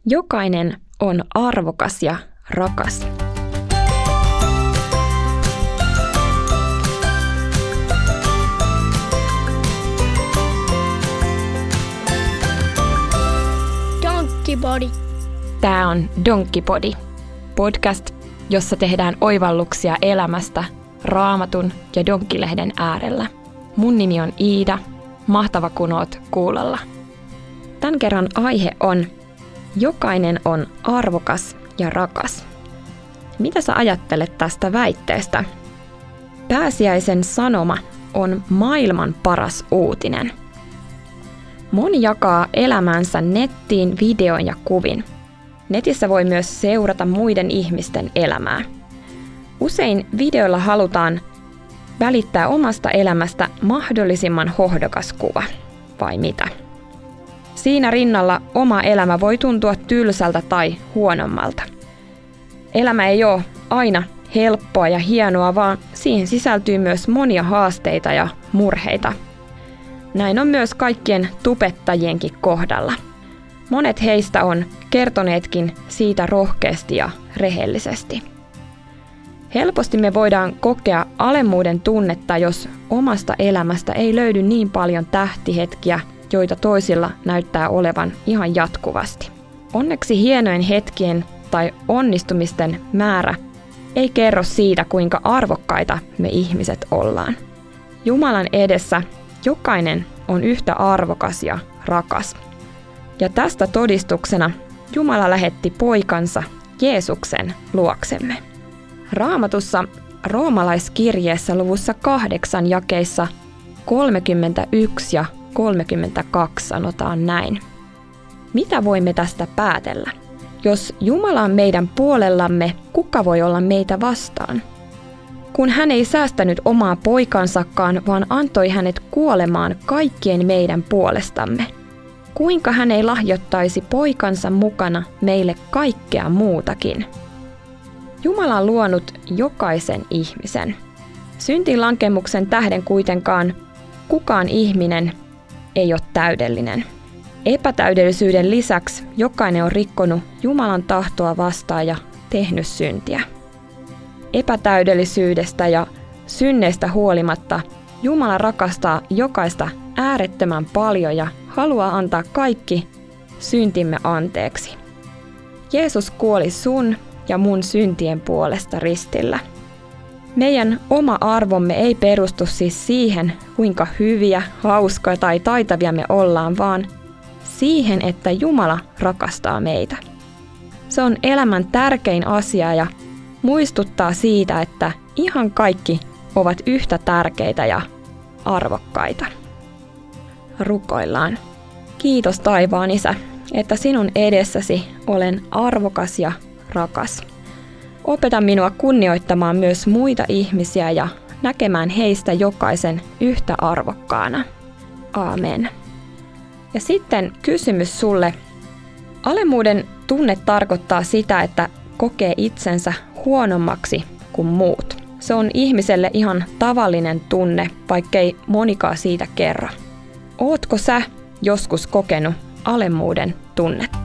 Jokainen on arvokas ja rakas. Donkkipodi. Tämä on Donkkipodi, podcast, jossa tehdään oivalluksia elämästä Raamatun ja Donkkilehden äärellä. Mun nimi on Iida. Mahtava kun oot kuulolla. Tän kerran aihe on Jokainen on arvokas ja rakas. Mitä sä ajattelet tästä väitteestä? Pääsiäisen sanoma on maailman paras uutinen. Moni jakaa elämänsä nettiin videoin ja kuvin. Netissä voi myös seurata muiden ihmisten elämää. Usein videoilla halutaan välittää omasta elämästä mahdollisimman hohdokas kuva, vai mitä? Siinä rinnalla oma elämä voi tuntua tylsältä tai huonommalta. Elämä ei ole aina helppoa ja hienoa, vaan siihen sisältyy myös monia haasteita ja murheita. Näin on myös kaikkien tubettajienkin kohdalla. Monet heistä on kertoneetkin siitä rohkeasti ja rehellisesti. Helposti me voidaan kokea alemmuuden tunnetta, jos omasta elämästä ei löydy niin paljon tähtihetkiä, joita toisilla näyttää olevan ihan jatkuvasti. Onneksi hienojen hetkien tai onnistumisten määrä ei kerro siitä, kuinka arvokkaita me ihmiset ollaan. Jumalan edessä jokainen on yhtä arvokas ja rakas. Ja tästä todistuksena Jumala lähetti poikansa Jeesuksen luoksemme. Raamatussa roomalaiskirjeessä luvussa 8 jakeissa 31 ja 32 sanotaan näin. Mitä voimme tästä päätellä? Jos Jumala on meidän puolellamme, kuka voi olla meitä vastaan? Kun hän ei säästänyt omaa poikansakaan, vaan antoi hänet kuolemaan kaikkien meidän puolestamme. Kuinka hän ei lahjoittaisi poikansa mukana meille kaikkea muutakin? Jumala on luonut jokaisen ihmisen. Syntilankemuksen tähden kuitenkaan kukaan ihminen ei ole täydellinen. Epätäydellisyyden lisäksi jokainen on rikkonut Jumalan tahtoa vastaan ja tehnyt syntiä. Epätäydellisyydestä ja synneistä huolimatta Jumala rakastaa jokaista äärettömän paljon ja haluaa antaa kaikki syntimme anteeksi. Jeesus kuoli sun ja mun syntien puolesta ristillä. Meidän oma arvomme ei perustu siis siihen, kuinka hyviä, hauskoja tai taitavia me ollaan, vaan siihen, että Jumala rakastaa meitä. Se on elämän tärkein asia ja muistuttaa siitä, että ihan kaikki ovat yhtä tärkeitä ja arvokkaita. Rukoillaan. Kiitos taivaan Isä, että sinun edessäsi olen arvokas ja rakas. Opeta minua kunnioittamaan myös muita ihmisiä ja näkemään heistä jokaisen yhtä arvokkaana. Aamen. Ja sitten kysymys sulle. Alemmuuden tunne tarkoittaa sitä, että kokee itsensä huonommaksi kuin muut. Se on ihmiselle ihan tavallinen tunne, vaikkei monikaan siitä kerro. Ootko sä joskus kokenut alemmuuden tunnetta?